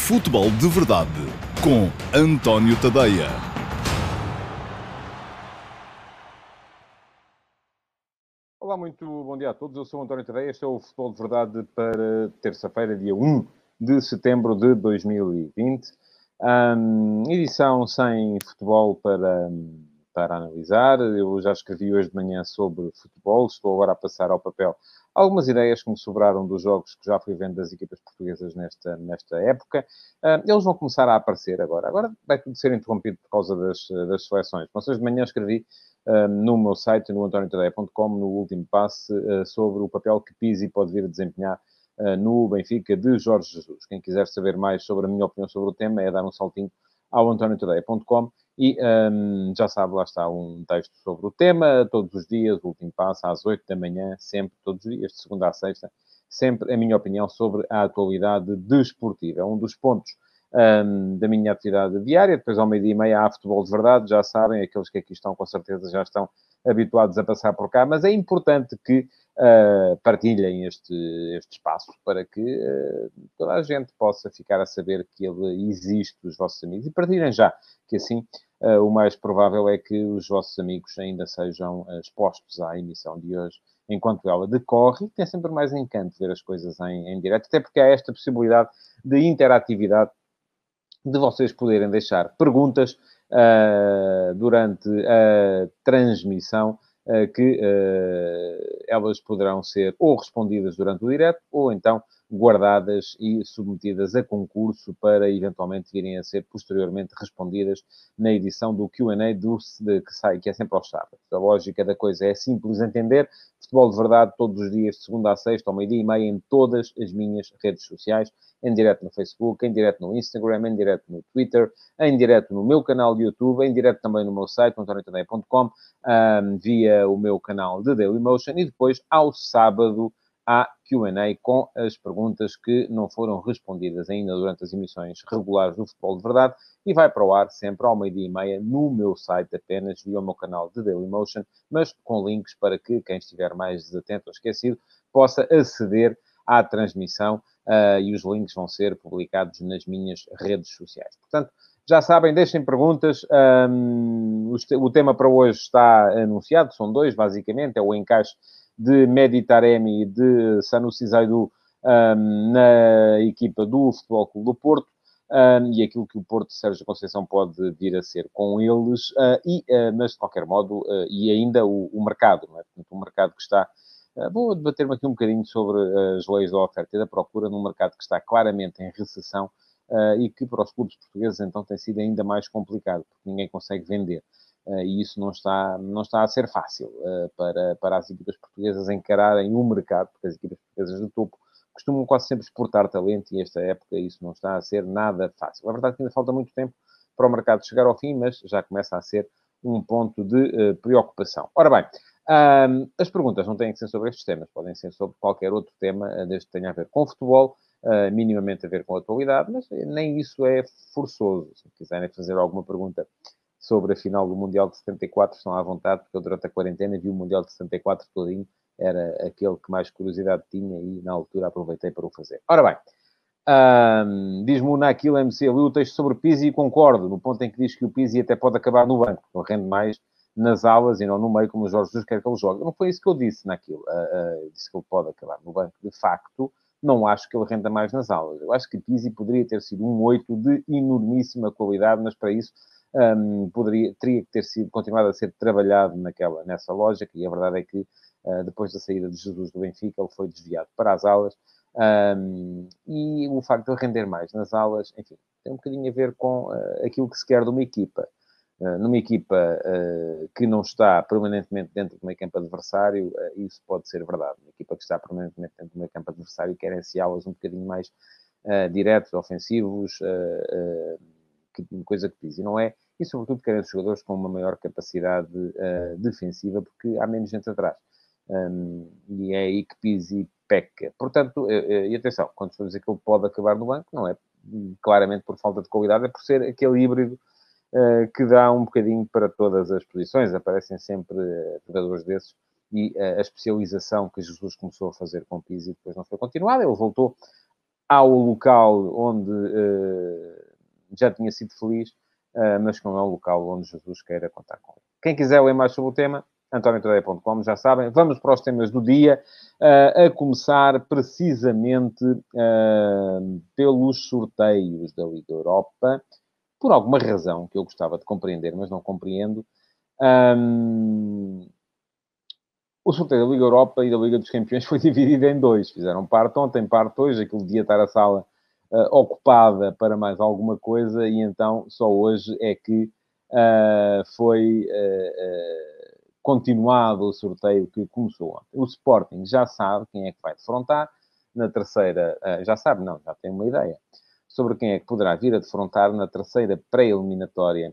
Futebol de Verdade com António Tadeia. Olá, muito bom dia a todos. Eu sou o António Tadeia. Este é o Futebol de Verdade para terça-feira, dia 1 de setembro de 2020. Edição sem futebol para analisar. Eu já escrevi hoje de manhã sobre futebol. Estou agora a passar ao papel algumas ideias que me sobraram dos jogos que já fui vendo das equipas portuguesas nesta época. Eles vão começar a aparecer agora. Agora vai tudo ser interrompido por causa das seleções. Mas hoje de manhã escrevi no meu site, no antoniotadeia.com, no último passe, sobre o papel que Pizzi pode vir a desempenhar no Benfica de Jorge Jesus. Quem quiser saber mais sobre a minha opinião sobre o tema é dar um saltinho ao antoniotadeia.com e já sabe, lá está um texto sobre o tema, todos os dias, o último passo, às 8 da manhã, sempre, todos os dias, de segunda a sexta, sempre a minha opinião sobre a atualidade desportiva. É um dos pontos da minha atividade diária. Depois, ao meio-dia e meia, há futebol de verdade. Já sabem, aqueles que aqui estão, com certeza, já estão habituados a passar por cá. Mas é importante que partilhem este espaço para que toda a gente possa ficar a saber que ele existe, os vossos amigos. E partilhem já, que assim o mais provável é que os vossos amigos ainda sejam expostos à emissão de hoje, enquanto ela decorre. E tem sempre mais encanto ver as coisas em direto, até porque há esta possibilidade de interatividade, de vocês poderem deixar perguntas durante a transmissão, que elas poderão ser ou respondidas durante o direto, ou então guardadas e submetidas a concurso para eventualmente virem a ser posteriormente respondidas na edição do Q&A que é sempre aos sábados. A lógica da coisa é simples de entender. Futebol de verdade todos os dias, de segunda a sexta, ao meio-dia e meia, em todas as minhas redes sociais, em direto no Facebook, em direto no Instagram, em direto no Twitter, em direto no meu canal de YouTube, em direto também no meu site, antoniotadeia.com, via o meu canal de Dailymotion, e depois, ao sábado, há Q&A com as perguntas que não foram respondidas ainda durante as emissões regulares do Futebol de Verdade, e vai para o ar sempre ao meio-dia e meia no meu site, apenas via o meu canal de Dailymotion, mas com links para que quem estiver mais desatento ou esquecido possa aceder à transmissão, e os links vão ser publicados nas minhas redes sociais. Portanto, já sabem, deixem perguntas. O tema para hoje está anunciado, são dois, basicamente. É o encaixe de Mehdi Taremi e de Sanusi Zaidu na equipa do Futebol Clube do Porto, e aquilo que o Porto de Sérgio Conceição pode vir a ser com eles, mas de qualquer modo, e ainda o mercado, não é? Portanto, o mercado que está... Vou debater-me aqui um bocadinho sobre as leis da oferta e da procura num mercado que está claramente em recessão, e que para os clubes portugueses então tem sido ainda mais complicado, porque ninguém consegue vender. E isso não está a ser fácil para as equipas portuguesas encararem o mercado, porque as equipas portuguesas de topo costumam quase sempre exportar talento, e esta época isso não está a ser nada fácil. A verdade é que ainda falta muito tempo para o mercado chegar ao fim, mas já começa a ser um ponto de preocupação. Ora bem, as perguntas não têm que ser sobre estes temas, podem ser sobre qualquer outro tema, desde que tenha a ver com futebol, minimamente a ver com a atualidade, mas nem isso é forçoso. Se quiserem fazer alguma pergunta sobre a final do Mundial de 74, estão à vontade, porque eu durante a quarentena vi o Mundial de 74 todinho, era aquele que mais curiosidade tinha e na altura aproveitei para o fazer. Ora bem, diz-me o Naquilo MC, li o texto sobre o Pizzi e concordo, no ponto em que diz que o Pizzi até pode acabar no banco, porque rende mais nas aulas e não no meio, como o Jorge Jesus quer que ele jogue. Não foi isso que eu disse naquilo. Disse que ele pode acabar no banco. De facto, não acho que ele renda mais nas aulas. Eu acho que Pizzi poderia ter sido um 8 de enormíssima qualidade, mas para isso teria que ter sido continuado a ser trabalhado nessa lógica, e a verdade é que depois da saída de Jesus do Benfica, ele foi desviado para as aulas, e o facto de ele render mais nas aulas, enfim, tem um bocadinho a ver com aquilo que se quer de uma equipa. Numa equipa que não está permanentemente dentro do meio campo adversário, isso pode ser verdade. Uma equipa que está permanentemente dentro do meio campo adversário querem-se aulas um bocadinho mais diretos, ofensivos, coisa que Pizzi não é, e sobretudo querem-se jogadores com uma maior capacidade defensiva, porque há menos gente atrás. E é aí que Pizzi peca. Portanto, e atenção, quando estou a dizer que ele pode acabar no banco, não é claramente por falta de qualidade, é por ser aquele híbrido que dá um bocadinho para todas as posições. Aparecem sempre jogadores desses, e a especialização que Jesus começou a fazer com Pizzi depois não foi continuada. Ele voltou ao local onde já tinha sido feliz, mas que não é um local onde Jesus queira contar com ele. Quem quiser ler mais sobre o tema, antoniotadeia.com, já sabem. Vamos para os temas do dia, a começar precisamente pelos sorteios da Liga Europa. Por alguma razão que eu gostava de compreender, mas não compreendo, o sorteio da Liga Europa e da Liga dos Campeões foi dividido em dois. Fizeram parte ontem, parte hoje. Aquilo devia estar a sala ocupada para mais alguma coisa e então só hoje é que foi continuado o sorteio que começou ontem. O Sporting já sabe quem é que vai defrontar na terceira... já sabe, não, já tem uma ideia sobre quem é que poderá vir a defrontar na terceira pré-eliminatória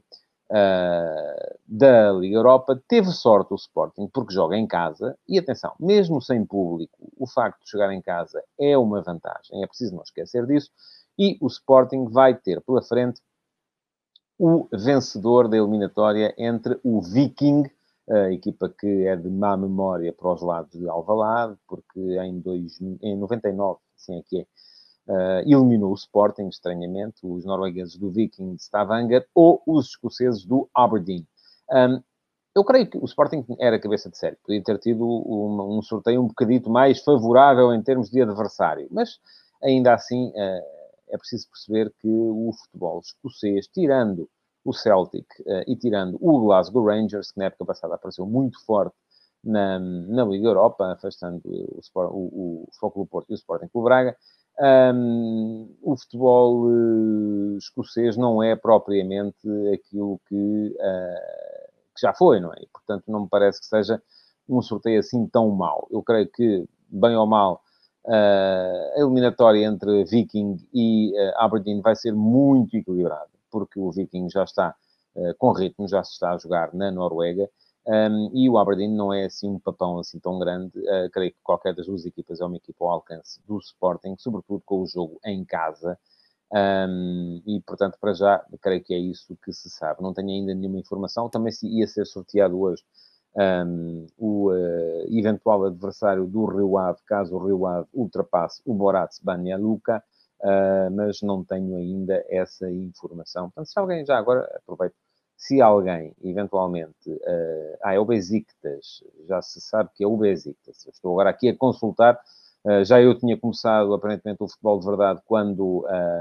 da Liga Europa. Teve sorte o Sporting, porque joga em casa, e atenção, mesmo sem público, o facto de jogar em casa é uma vantagem, é preciso não esquecer disso, e o Sporting vai ter pela frente o vencedor da eliminatória entre o Viking, a equipa que é de má memória para os lados de Alvalade, porque em 99, assim é que é, eliminou o Sporting, estranhamente, os noruegueses do Viking de Stavanger, ou os escoceses do Aberdeen. Eu creio que o Sporting era cabeça de série. Podia ter tido um sorteio um bocadito mais favorável em termos de adversário. Mas, ainda assim, é preciso perceber que o futebol escocês, tirando o Celtic e tirando o Glasgow Rangers, que na época passada apareceu muito forte na Liga Europa, afastando o Futebol Clube Porto e o Sporting Clube Braga, o futebol escocês não é propriamente aquilo que já foi, não é? E, portanto, não me parece que seja um sorteio assim tão mau. Eu creio que, bem ou mal, a eliminatória entre Viking e Aberdeen vai ser muito equilibrada, porque o Viking já está com ritmo, já se está a jogar na Noruega, e o Aberdeen não é assim um papão assim tão grande. Creio que qualquer das duas equipas é uma equipa ao alcance do Sporting, sobretudo com o jogo em casa. E, portanto, para já, creio que é isso que se sabe. Não tenho ainda nenhuma informação. Também se ia ser sorteado hoje o eventual adversário do Rio Ave, caso o Rio Ave ultrapasse o Borac Banja Luka, mas não tenho ainda essa informação. Portanto, se alguém, já agora, aproveito, se alguém, eventualmente... é o Besiktas. Já se sabe que é o Besiktas. Estou agora aqui a consultar. Já eu tinha começado, aparentemente, o futebol de verdade quando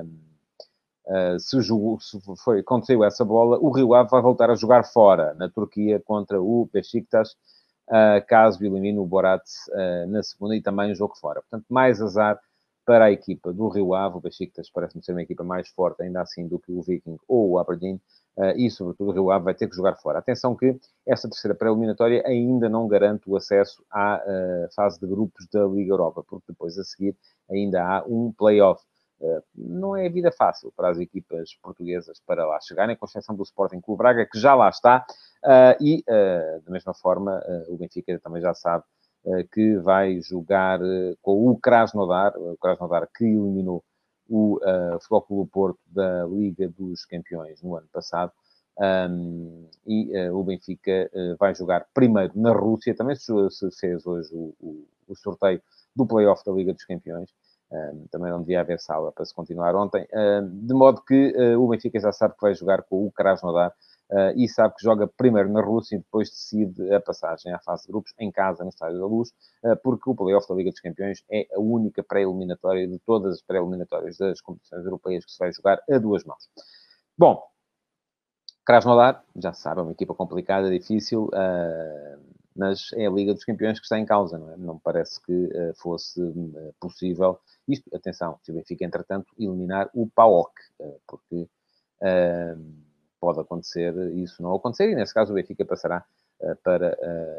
quando saiu essa bola. O Rio Ave vai voltar a jogar fora, na Turquia, contra o Besiktas, caso elimine o Borac na segunda, e também um jogo fora. Portanto, mais azar para a equipa do Rio Ave. O Besiktas parece-me ser uma equipa mais forte, ainda assim, do que o Viking ou o Aberdeen. E, sobretudo, o Rio Ave vai ter que jogar fora. Atenção que esta terceira pré-eliminatória ainda não garante o acesso à fase de grupos da Liga Europa, porque depois, a seguir, ainda há um play-off. Não é vida fácil para as equipas portuguesas para lá chegarem, com exceção do Sporting Clube Braga, que já lá está, e, da mesma forma, o Benfica também já sabe que vai jogar com o Krasnodar que eliminou o Futebol Clube Porto da Liga dos Campeões no ano passado. O Benfica vai jogar primeiro na Rússia. Também se fez hoje o sorteio do play-off da Liga dos Campeões. Também não devia haver sala para se continuar ontem. De modo que o Benfica já sabe que vai jogar com o Krasnodar e sabe que joga primeiro na Rússia e depois decide a passagem à fase de grupos em casa, no Estádio da Luz, porque o play-off da Liga dos Campeões é a única pré-eliminatória de todas as pré-eliminatórias das competições europeias que se vai jogar a duas mãos. Bom, Krasnodar, já se sabe, é uma equipa complicada, difícil, mas é a Liga dos Campeões que está em causa, não é? Não me parece que fosse possível isto. Atenção, se o Benfica, entretanto, eliminar o PAOK, porque pode acontecer isso não acontecer, e nesse caso o Benfica passará para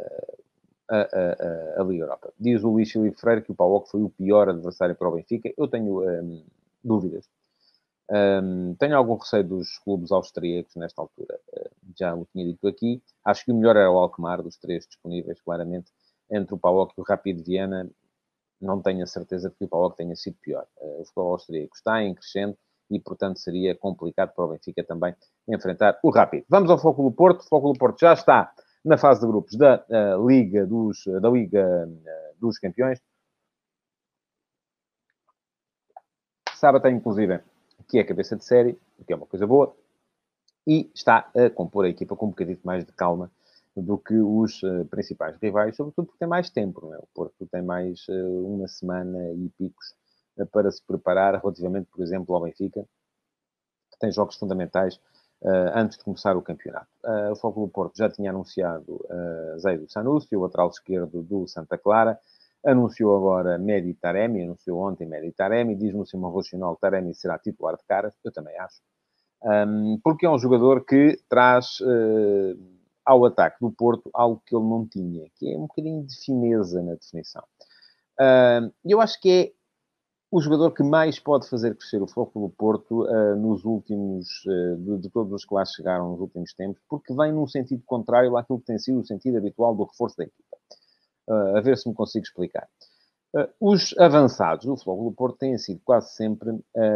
a Liga Europa. Diz o Luís Filipe Freire que o PAOK foi o pior adversário para o Benfica. Eu tenho dúvidas. Tenho algum receio dos clubes austríacos nesta altura. Já o tinha dito aqui. Acho que o melhor era o Alkmaar, dos três disponíveis, claramente. Entre o PAOK e o Rapid Viena, não tenho a certeza que o PAOK tenha sido pior. O futebol austríaco está em crescendo e, portanto, seria complicado para o Benfica também enfrentar o Rapid. Vamos ao Futebol Clube Porto. O Futebol Clube Porto já está na fase de grupos da Liga dos Campeões. Sabe até, inclusive, que é cabeça de série, o que é uma coisa boa, e está a compor a equipa com um bocadinho mais de calma do que os principais rivais, sobretudo porque tem mais tempo, não é? O Porto tem mais uma semana e picos para se preparar relativamente, por exemplo, ao Benfica, que tem jogos fundamentais antes de começar o campeonato. O Futebol Clube do Porto já tinha anunciado Zaidou Sanusi, o lateral esquerdo do Santa Clara, anunciou agora Mehdi Taremi, anunciou ontem Mehdi Taremi, diz no Simão Rocional Taremi será titular de cara, eu também acho. Porque é um jogador que traz ao ataque do Porto algo que ele não tinha, que é um bocadinho de fineza na definição. Eu acho que é o jogador que mais pode fazer crescer o Futebol Clube do Porto nos últimos, de todos os que lá chegaram nos últimos tempos, porque vem num sentido contrário àquilo que tem sido o sentido habitual do reforço da equipa. A ver se me consigo explicar. Os avançados do Futebol Clube do Porto têm sido quase sempre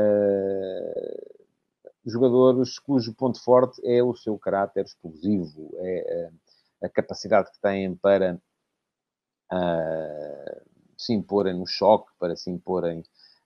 jogadores cujo ponto forte é o seu caráter explosivo, é a capacidade que têm para se imporem no choque, para se imporem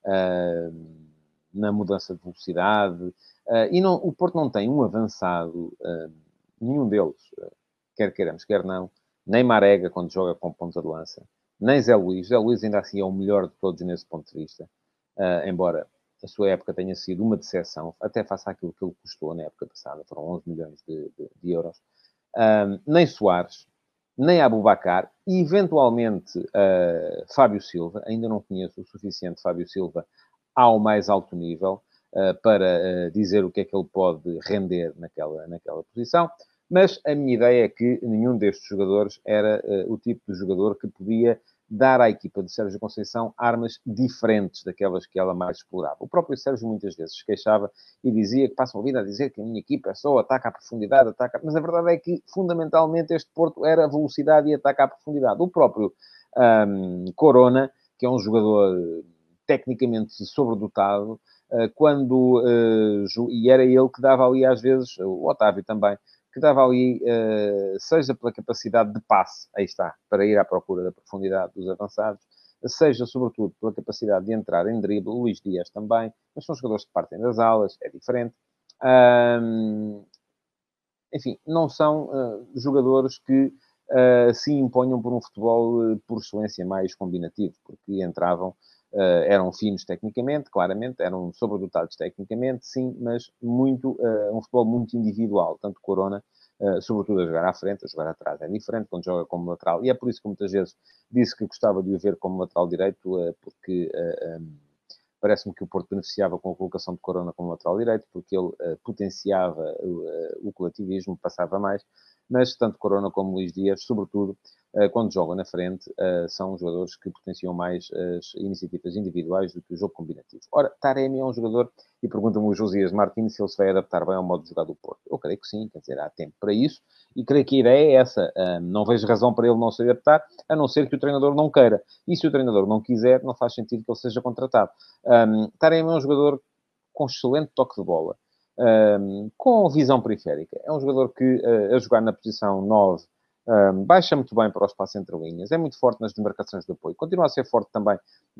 na mudança de velocidade. O Porto não tem um avançado, nenhum deles, quer queiramos, quer não, nem Marega, quando joga com ponta de lança, nem Zé Luís. Zé Luís ainda assim é o melhor de todos nesse ponto de vista, embora a sua época tenha sido uma decepção, até face àquilo que ele custou na época passada, foram 11 milhões de euros. Nem Soares, nem Aboubakar, e eventualmente Fábio Silva. Ainda não conheço o suficiente Fábio Silva ao mais alto nível para dizer o que é que ele pode render naquela posição, mas a minha ideia é que nenhum destes jogadores era o tipo de jogador que podia dar à equipa de Sérgio Conceição armas diferentes daquelas que ela mais explorava. O próprio Sérgio muitas vezes se queixava e dizia que passam a vida a dizer que a minha equipa é só ataca à profundidade, mas a verdade é que, fundamentalmente, este Porto era velocidade e ataque à profundidade. O próprio Corona, que é um jogador tecnicamente sobredotado, e era ele que dava ali às vezes, o Otávio também, que dava ali, seja pela capacidade de passe, aí está, para ir à procura da profundidade dos avançados, seja, sobretudo, pela capacidade de entrar em drible, o Luís Dias também, mas são jogadores que partem das alas, é diferente. Enfim, não são jogadores que se imponham por um futebol, por excelência, mais combinativo, porque entravam, eram finos tecnicamente, claramente, eram sobredotados tecnicamente, sim, mas um futebol muito individual, tanto Corona, sobretudo a jogar à frente, a jogar atrás é diferente quando joga como lateral, e é por isso que muitas vezes disse que gostava de o ver como lateral direito, porque parece-me que o Porto beneficiava com a colocação de Corona como lateral direito, porque ele potenciava o coletivismo, passava mais, mas tanto Corona como Luís Dias, sobretudo, quando jogam na frente, são jogadores que potenciam mais as iniciativas individuais do que o jogo combinativo. Ora, Taremi é um jogador, e pergunta-me o Josias Martins se ele se vai adaptar bem ao modo de jogar do Porto. Eu creio que sim, quer dizer, há tempo para isso, e creio que a ideia é essa. Não vejo razão para ele não se adaptar, a não ser que o treinador não queira. E se o treinador não quiser, não faz sentido que ele seja contratado. Taremi é um jogador com excelente toque de bola, com visão periférica. É um jogador que, a jogar na posição 9, baixa muito bem para o espaço entre linhas, é muito forte nas demarcações de apoio, continua a ser forte também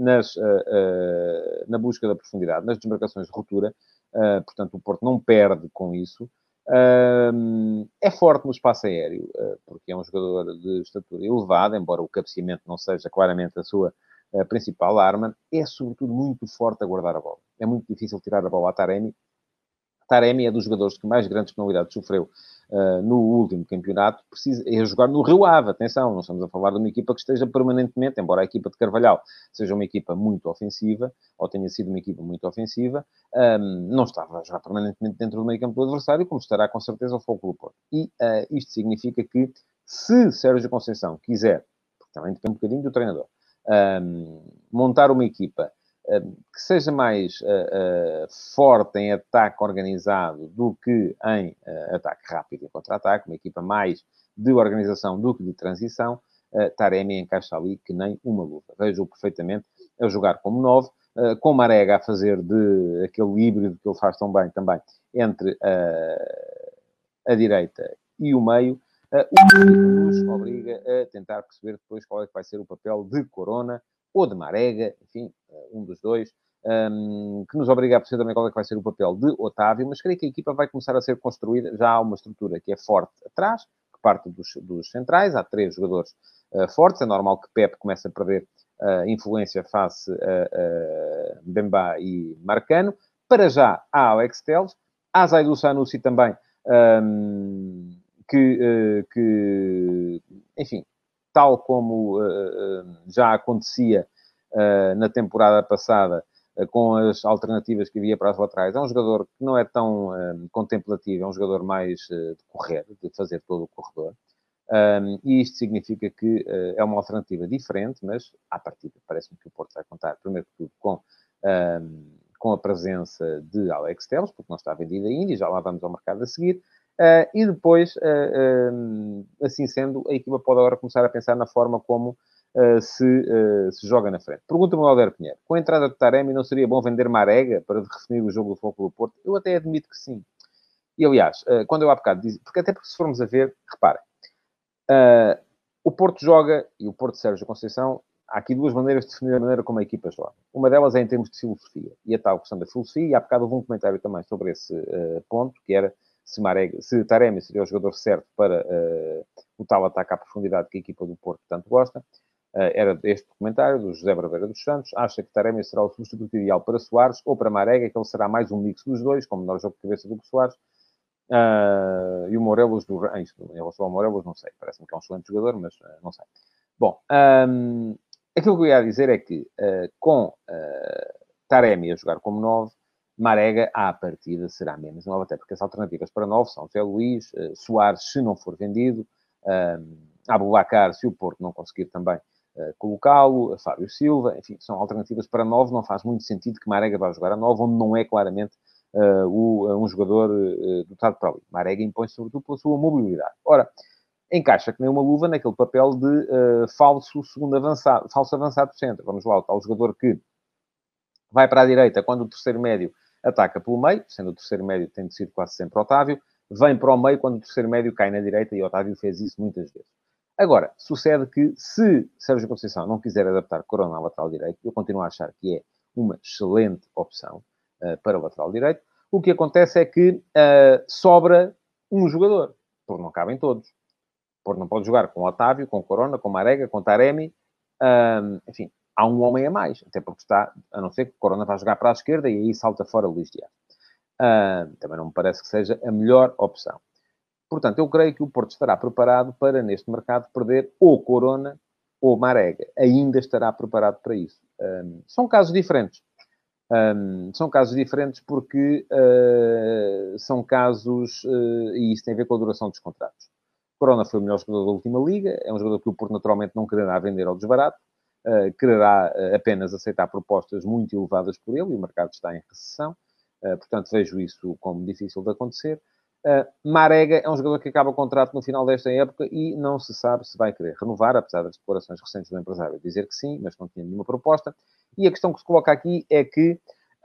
na busca da profundidade, nas demarcações de ruptura, portanto o Porto não perde com isso. É forte no espaço aéreo, porque é um jogador de estatura elevada, embora o cabeceamento não seja claramente a sua principal arma, é sobretudo muito forte a guardar a bola. É muito difícil tirar a bola a Taremi. Taremi é dos jogadores que mais grandes penalidades sofreu no último campeonato, é jogar no Rio Ave, atenção, não estamos a falar de uma equipa que esteja permanentemente, embora a equipa de Carvalhal seja uma equipa muito ofensiva, ou tenha sido uma equipa muito ofensiva, não estava a jogar permanentemente dentro do meio campo do adversário, como estará com certeza o Futebol Clube do Porto. E isto significa que, se Sérgio Conceição quiser, porque também depende um bocadinho do treinador, montar uma equipa que seja mais forte em ataque organizado do que em ataque rápido e contra-ataque, uma equipa mais de organização do que de transição, Taremi encaixa ali que nem uma luva. Vejo-o perfeitamente a jogar como 9, com Marega a fazer de aquele híbrido que ele faz tão bem também entre a direita e o meio, o que nos obriga a tentar perceber depois qual é que vai ser o papel de Corona ou de Marega, enfim, um dos dois, que nos obriga a perceber também qual é que vai ser o papel de Otávio, mas creio que a equipa vai começar a ser construída, já há uma estrutura que é forte atrás, que parte dos centrais, há 3 jogadores fortes, é normal que Pepe comece a perder influência face a Mbemba e Marcano. Para já, há Alex Telles, há Zaidu Sanusi também, enfim, tal como já acontecia na temporada passada, com as alternativas que havia para as laterais. É um jogador que não é tão contemplativo, é um jogador mais de correr, de fazer todo o corredor. E isto significa que é uma alternativa diferente, mas, à partida, parece-me que o Porto vai contar, primeiro que tudo, com a presença de Alex Telles, porque não está vendido ainda, e já lá vamos ao mercado a seguir. E depois, assim sendo, a equipa pode agora começar a pensar na forma como se joga na frente. Pergunta-me o Alder Pinheiro. Com a entrada de Taremi, não seria bom vender Marega para definir o jogo do Futebol do Porto? Eu até admito que sim. E, aliás, quando eu há bocado disse... Porque até porque se formos a ver, reparem, o Porto joga, e o Porto de Sérgio Conceição, há aqui 2 maneiras de definir a maneira como a equipa joga. Uma delas é em termos de filosofia. E a tal questão da filosofia, e há bocado houve um comentário também sobre esse ponto, que era se Taremi seria o jogador certo para o tal ataque à profundidade que a equipa do Porto tanto gosta. Era este comentário do José Barbeira dos Santos. Acha que Taremi será o substituto ideal para Soares ou para Marega, que ele será mais um mix dos dois, com menor jogo de cabeça do que Soares. E o Morelos em relação ao Morelos, não sei. Parece-me que é um excelente jogador, mas não sei. Bom, aquilo que eu ia dizer é que com Taremi a jogar como 9, Marega, à partida, será menos 9, até porque as alternativas para 9 são Zé Luís, Soares, se não for vendido, Aboubakar, se o Porto não conseguir também colocá-lo, Fábio Silva, enfim, são alternativas para 9, não faz muito sentido que Marega vá jogar a 9, onde não é claramente um jogador dotado para ali. Marega impõe-se sobretudo pela sua mobilidade. Ora, encaixa que nem uma luva naquele papel de falso avançado do centro. Vamos lá, o tal jogador que vai para a direita quando o terceiro médio ataca pelo meio, sendo o terceiro médio tem sido quase sempre Otávio, vem para o meio quando o terceiro médio cai na direita, e Otávio fez isso muitas vezes. Agora, sucede que se Sérgio Conceição não quiser adaptar Corona ao lateral direito, eu continuo a achar que é uma excelente opção para o lateral direito, o que acontece é que sobra um jogador, porque não cabem todos. Porto não pode jogar com Otávio, com Corona, com Marega, com Taremi, enfim, há um homem a mais, até porque está, a não ser que Corona vá jogar para a esquerda e aí salta fora Luís Dias. Também não me parece que seja a melhor opção. Portanto, eu creio que o Porto estará preparado para, neste mercado, perder ou Corona ou Marega. Ainda estará preparado para isso. São casos diferentes. São casos diferentes porque são casos, e isso tem a ver com a duração dos contratos. Corona foi o melhor jogador da última liga, é um jogador que o Porto naturalmente não quererá vender ao desbarato, quererá apenas aceitar propostas muito elevadas por ele, e o mercado está em recessão, portanto vejo isso como difícil de acontecer. Marega é um jogador que acaba o contrato no final desta época e não se sabe se vai querer renovar, apesar das declarações recentes do empresário dizer que sim, mas não tinha nenhuma proposta. E a questão que se coloca aqui é que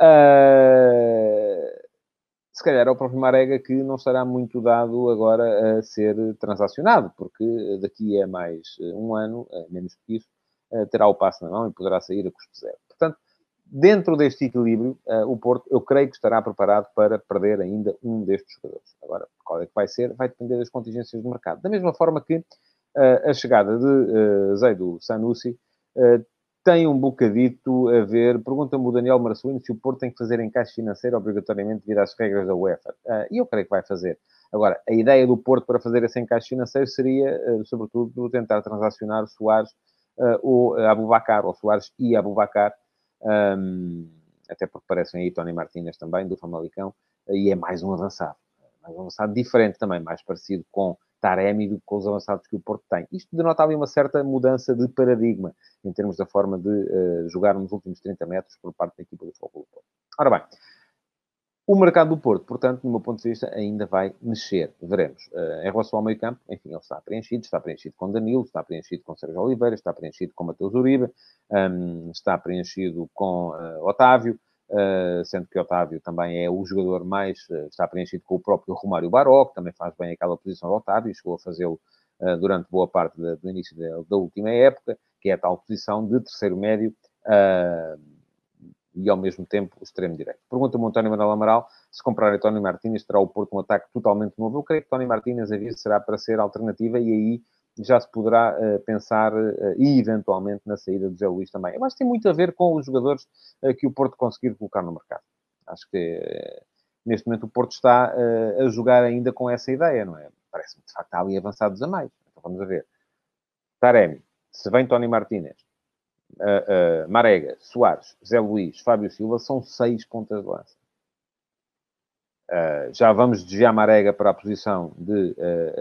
se calhar é o próprio Marega que não estará muito dado agora a ser transacionado, porque daqui a mais um ano, menos que isso, terá o passe na mão e poderá sair a custo zero. Portanto, dentro deste equilíbrio, o Porto, eu creio que estará preparado para perder ainda um destes jogadores. Agora, qual é que vai ser? Vai depender das contingências do mercado. Da mesma forma que a chegada de Zaidu Sanusi tem um bocadito a ver... Pergunta-me o Daniel Marcelino se o Porto tem que fazer encaixe financeiro obrigatoriamente devido às regras da UEFA. E eu creio que vai fazer. Agora, a ideia do Porto para fazer esse encaixe financeiro seria, sobretudo, tentar transacionar Soares ou Aboubakar, ou Soares e Aboubakar, até porque parecem aí Tony Martínez também, do Famalicão, e é mais um avançado. Mais um avançado diferente também, mais parecido com Taremi do que com os avançados que o Porto tem. Isto denota ali uma certa mudança de paradigma em termos da forma de jogar nos últimos 30 metros por parte da equipa do Futebol do Porto. Ora bem, o mercado do Porto, portanto, do meu ponto de vista, ainda vai mexer. Veremos. Em relação ao meio-campo, enfim, ele está preenchido com Danilo, está preenchido com Sérgio Oliveira, está preenchido com Mateus Uribe, está preenchido com Otávio, sendo que Otávio também é o jogador mais... está preenchido com o próprio Romário Baró, que também faz bem aquela posição do Otávio, e chegou a fazê-lo durante boa parte do início da última época, que é a tal posição de terceiro médio, e, ao mesmo tempo, o extremo direito. Pergunta-me o António Manuel Amaral se comprar Tony Martínez terá o Porto um ataque totalmente novo. Eu creio que Tony Martínez será para ser alternativa e aí já se poderá pensar e, eventualmente, na saída do Zé Luís também. Eu acho que tem muito a ver com os jogadores que o Porto conseguir colocar no mercado. Acho que, neste momento, o Porto está a jogar ainda com essa ideia, não é? Parece-me, de facto, está ali avançados a mais. Então, vamos a ver. Taremi, se vem Tony Martínez, Marega, Soares, Zé Luís, Fábio Silva, são 6 pontas de lança. Já vamos desviar Marega para a posição de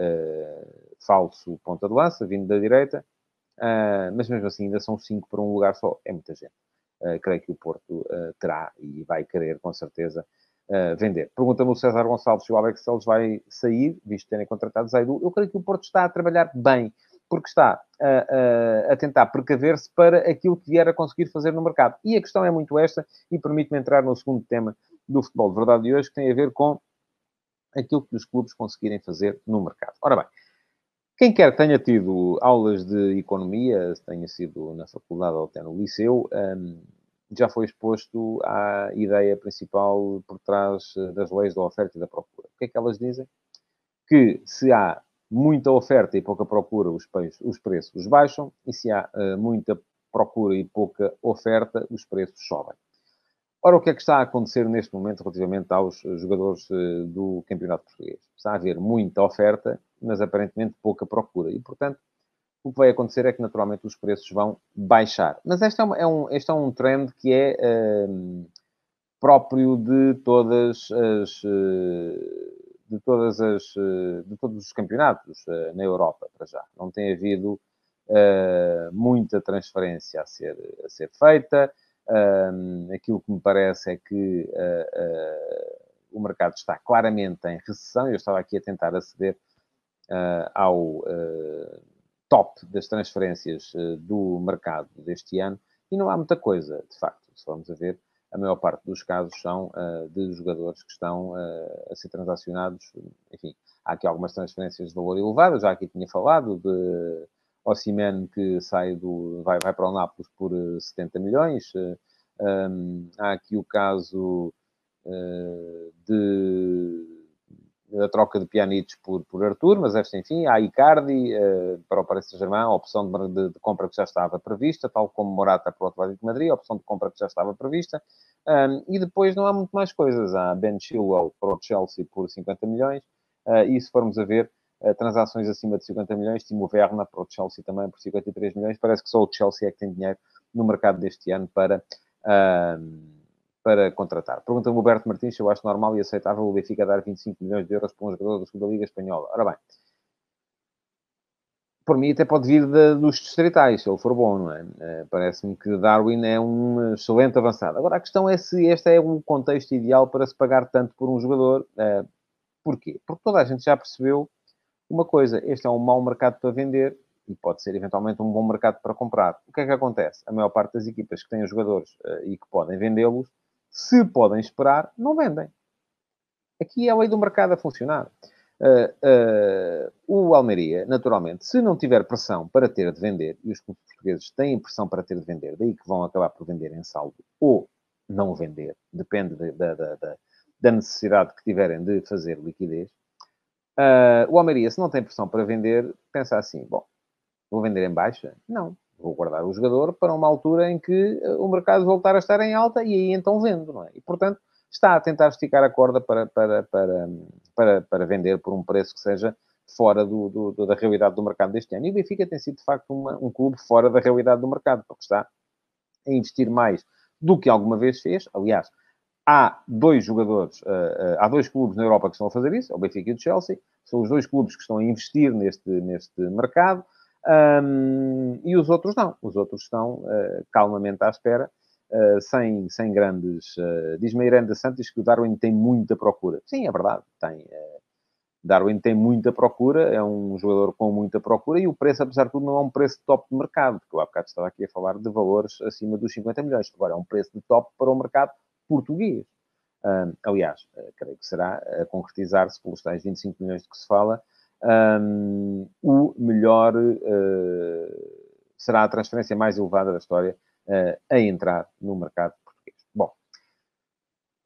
falso ponta de lança, vindo da direita, mas mesmo assim ainda são 5 para um lugar só. É muita gente. Creio que o Porto terá e vai querer, com certeza, vender. Pergunta-me o César Gonçalves se o Alex Telles vai sair, visto terem contratado Zaidu. Eu creio que o Porto está a trabalhar bem, porque está a tentar precaver-se para aquilo que vier a conseguir fazer no mercado. E a questão é muito esta, e permite-me entrar no segundo tema do futebol de verdade de hoje, que tem a ver com aquilo que os clubes conseguirem fazer no mercado. Ora bem, quem quer tenha tido aulas de economia, tenha sido na faculdade ou até no liceu, já foi exposto à ideia principal por trás das leis da oferta e da procura. O que é que elas dizem? Que se há muita oferta e pouca procura, os preços baixam, e se há muita procura e pouca oferta, os preços sobem. Ora, o que é que está a acontecer neste momento relativamente aos jogadores do Campeonato Português? Está a haver muita oferta, mas aparentemente pouca procura. E, portanto, o que vai acontecer é que, naturalmente, os preços vão baixar. Mas este é um trend que é próprio de de todos os campeonatos na Europa, para já. Não tem havido muita transferência a ser feita. Aquilo que me parece é que o mercado está claramente em recessão. Eu estava aqui a tentar aceder ao top das transferências do mercado deste ano e não há muita coisa, de facto. Se formos a ver, a maior parte dos casos são de jogadores que estão a ser transacionados. Enfim, há aqui algumas transferências de valor elevado. Já aqui tinha falado de Osimhen, que vai para o Nápoles por 70 milhões. Há aqui o caso da troca de Pjanic por Arthur, mas esta, enfim, há Icardi para o Paris Saint-Germain, a opção de compra que já estava prevista, tal como Morata para o Atlético de Madrid, a opção de compra que já estava prevista. E depois não há muito mais coisas. Há Ben Chilwell para o Chelsea por 50 milhões, e se formos a ver, transações acima de 50 milhões, Timo Werner para o Chelsea também por 53 milhões. Parece que só o Chelsea é que tem dinheiro no mercado deste ano para contratar. Pergunta-me o Roberto Martins se eu acho normal e aceitável o Benfica dar 25 milhões de euros para um jogador da segunda Liga Espanhola. Ora bem, por mim até pode vir dos distritais, se ele for bom, não é? Parece-me que Darwin é um excelente avançado. Agora, a questão é se este é um contexto ideal para se pagar tanto por um jogador. Porquê? Porque toda a gente já percebeu uma coisa. Este é um mau mercado para vender e pode ser, eventualmente, um bom mercado para comprar. O que é que acontece? A maior parte das equipas que têm os jogadores e que podem vendê-los, se podem esperar, não vendem. Aqui é a lei do mercado a funcionar. O Almeria, naturalmente, se não tiver pressão para ter de vender, e os clubes portugueses têm pressão para ter de vender, daí que vão acabar por vender em saldo ou não vender, depende da necessidade que tiverem de fazer liquidez. O Almeria, se não tem pressão para vender, pensa assim, bom, vou vender em baixa? Não. Vou guardar o jogador para uma altura em que o mercado voltar a estar em alta e aí então vendo, não é? E, portanto, está a tentar esticar a corda para vender por um preço que seja fora da realidade do mercado deste ano. E o Benfica tem sido, de facto, um clube fora da realidade do mercado, porque está a investir mais do que alguma vez fez. Aliás, há dois jogadores, há dois clubes na Europa que estão a fazer isso, é o Benfica e o Chelsea. São os dois clubes que estão a investir neste mercado. E os outros não. Os outros estão calmamente à espera, sem grandes... Diz-me a Irene Santos que o Darwin tem muita procura. Sim, é verdade. Tem. Darwin tem muita procura, é um jogador com muita procura e o preço, apesar de tudo, não é um preço de top de mercado, porque eu há bocado estava aqui a falar de valores acima dos 50 milhões. Agora, é um preço de top para o mercado português. Aliás, creio que será a concretizar-se pelos tais 25 milhões de que se fala, o melhor será a transferência mais elevada da história a entrar no mercado português. Bom,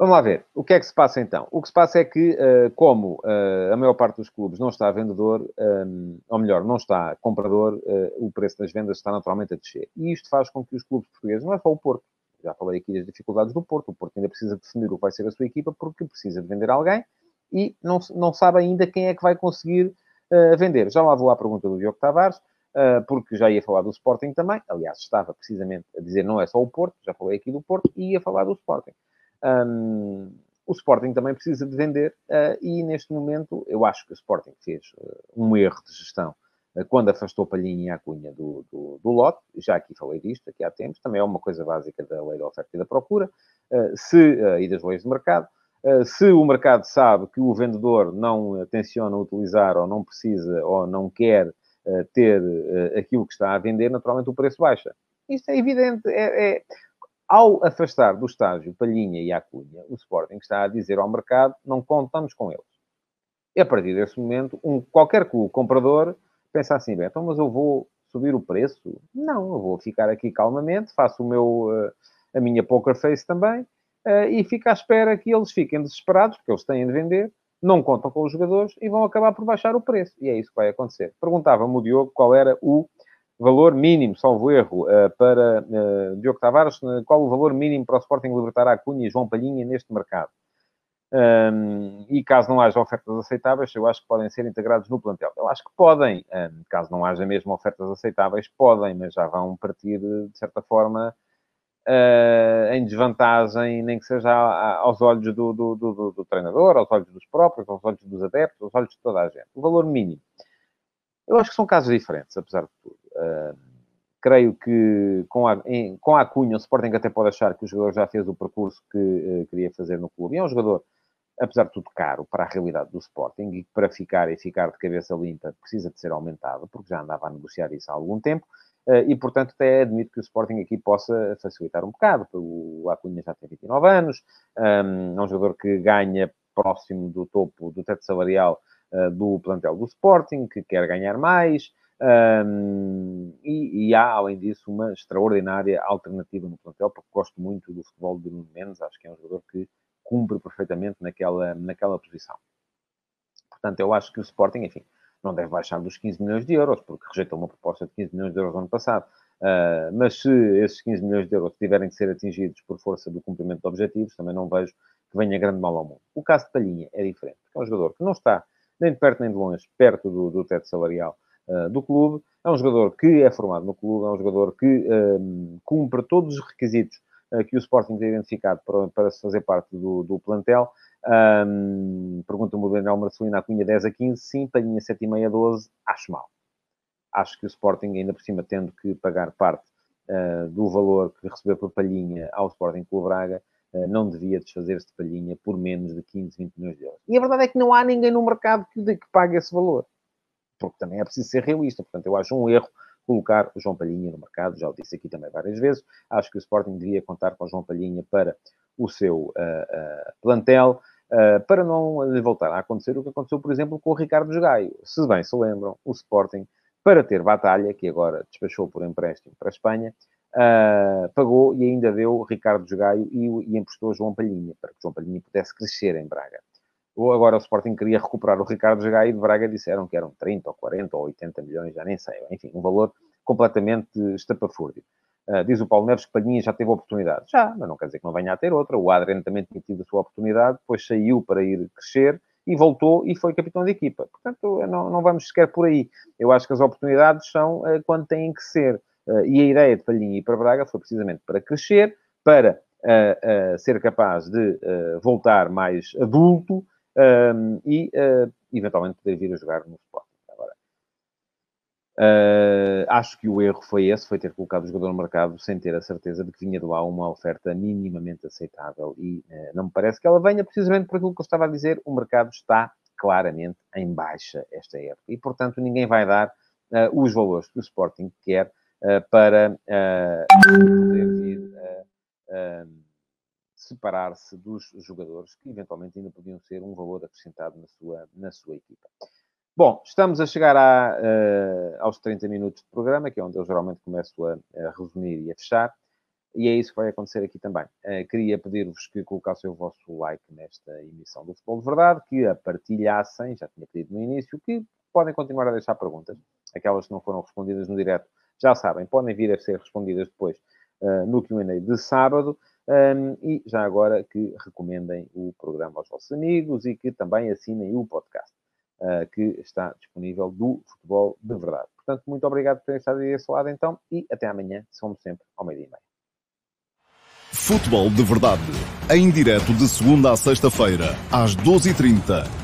Vamos lá ver. O que é que se passa então? O que se passa é que, como a maior parte dos clubes não está vendedor, ou melhor, não está comprador, o preço das vendas está naturalmente a descer. E isto faz com que os clubes portugueses, não é só o Porto, já falei aqui das dificuldades do Porto, o Porto ainda precisa definir o que vai ser a sua equipa porque precisa de vender alguém e não sabe ainda quem é que vai conseguir vender. Já lá vou à pergunta do Diogo Tavares, porque já ia falar do Sporting também. Aliás, estava precisamente a dizer não é só o Porto, já falei aqui do Porto e ia falar do Sporting. O Sporting também precisa de vender e neste momento eu acho que o Sporting fez um erro de gestão quando afastou Palhinha e a Cunha do lote. Já aqui falei disto, aqui há tempos. Também é uma coisa básica da lei da oferta e da procura. E das leis de mercado. Se o mercado sabe que o vendedor não tenciona utilizar ou não precisa ou não quer ter aquilo que está a vender, naturalmente o preço baixa. Isto é evidente. Ao afastar do estágio Palhinha e Acunha, o Sporting está a dizer ao mercado, não contamos com eles. E a partir desse momento, qualquer clube comprador pensa assim, bem, então, mas eu vou subir o preço? Não, eu vou ficar aqui calmamente, faço a minha poker face também, e fico à espera que eles fiquem desesperados, porque eles têm de vender, não contam com os jogadores e vão acabar por baixar o preço. E é isso que vai acontecer. Perguntava-me o Diogo qual era o valor mínimo, salvo erro, para Diogo Tavares, qual o valor mínimo para o Sporting libertar a Cunha e João Palhinha neste mercado? E caso não haja ofertas aceitáveis, eu acho que podem ser integrados no plantel. Eu acho que podem, caso não haja mesmo ofertas aceitáveis, podem, mas já vão partir, de certa forma, em desvantagem, nem que seja aos olhos do treinador, aos olhos dos próprios, aos olhos dos adeptos, aos olhos de toda a gente. O valor mínimo. Eu acho que são casos diferentes, apesar de tudo. Creio que com a Acunha, o Sporting até pode achar que o jogador já fez o percurso que queria fazer no clube. E é um jogador, apesar de tudo, caro para a realidade do Sporting e que para ficar e ficar de cabeça limpa precisa de ser aumentado, porque já andava a negociar isso há algum tempo. E, portanto, até admito que o Sporting aqui possa facilitar um bocado. O Acunha já tem 29 anos, é um jogador que ganha próximo do topo do teto salarial do plantel do Sporting, que quer ganhar mais. E há, além disso, uma extraordinária alternativa no plantel, porque gosto muito do futebol de Nuno Mendes, acho que é um jogador que cumpre perfeitamente naquela posição. Portanto, eu acho que o Sporting, enfim, não deve baixar dos 15 milhões de euros, porque rejeitou uma proposta de 15 milhões de euros no ano passado. Mas se esses 15 milhões de euros tiverem de ser atingidos por força do cumprimento de objetivos, também não vejo que venha grande mal ao mundo. O caso de Palhinha é diferente, porque é um jogador que não está nem de perto nem de longe perto do teto salarial do clube. É um jogador que é formado no clube, é um jogador que cumpre todos os requisitos que o Sporting tem identificado para se fazer parte do plantel. Pergunta-me o Daniel Marcelino, a Cunha 10 a 15, sim, Palhinha 7,5 a 12, acho mal. Acho que o Sporting, ainda por cima, tendo que pagar parte do valor que recebeu por Palhinha ao Sporting Clube Braga, não devia desfazer-se de Palhinha por menos de 15, 20 milhões de euros. E a verdade é que não há ninguém no mercado que pague esse valor. Porque também é preciso ser realista. Portanto, eu acho um erro colocar o João Palhinha no mercado. Já o disse aqui também várias vezes. Acho que o Sporting devia contar com o João Palhinha para o seu plantel, para não lhe voltar a acontecer o que aconteceu, por exemplo, com o Ricardo Gaio. Se bem se lembram, o Sporting, para ter Batalha, que agora despachou por empréstimo para a Espanha, pagou e ainda deu Ricardo Gaio e emprestou João Palhinha, para que João Palhinha pudesse crescer em Braga. Ou agora o Sporting queria recuperar o Ricardo Gaio e de Braga disseram que eram 30 ou 40 ou 80 milhões, já nem sei. Enfim, um valor completamente estapafúrdio. Diz o Paulo Neves que Palhinha já teve oportunidade. Já, mas não quer dizer que não venha a ter outra. O Adriano também tinha tido a sua oportunidade, depois saiu para ir crescer e voltou e foi capitão de equipa. Portanto, não vamos sequer por aí. Eu acho que as oportunidades são quando têm que ser. E a ideia de Palhinha ir para Braga foi precisamente para crescer, para ser capaz de voltar mais adulto e eventualmente poder vir a jogar no Sporting. Agora, acho que o erro foi esse, foi ter colocado o jogador no mercado sem ter a certeza de que vinha de lá uma oferta minimamente aceitável e não me parece que ela venha precisamente por aquilo que eu estava a dizer, o mercado está claramente em baixa esta época e, portanto, ninguém vai dar os valores que o Sporting quer para poder vir a separar-se dos jogadores que eventualmente ainda podiam ser um valor acrescentado na sua equipa. Bom, estamos a chegar aos 30 minutos de programa, que é onde eu geralmente começo a resumir e a fechar. E é isso que vai acontecer aqui também. Queria pedir-vos que colocassem o vosso like nesta emissão do Futebol de Verdade, que a partilhassem, já tinha pedido no início, que podem continuar a deixar perguntas. Aquelas que não foram respondidas no direto, já sabem, podem vir a ser respondidas depois no Q&A de sábado. E já agora que recomendem o programa aos vossos amigos e que também assinem o podcast que está disponível do Futebol de Verdade. Portanto, muito obrigado por terem estado aí desse lado então e até amanhã, somos sempre ao 12:30. Futebol de Verdade, em direto de segunda a sexta-feira, às 12h30.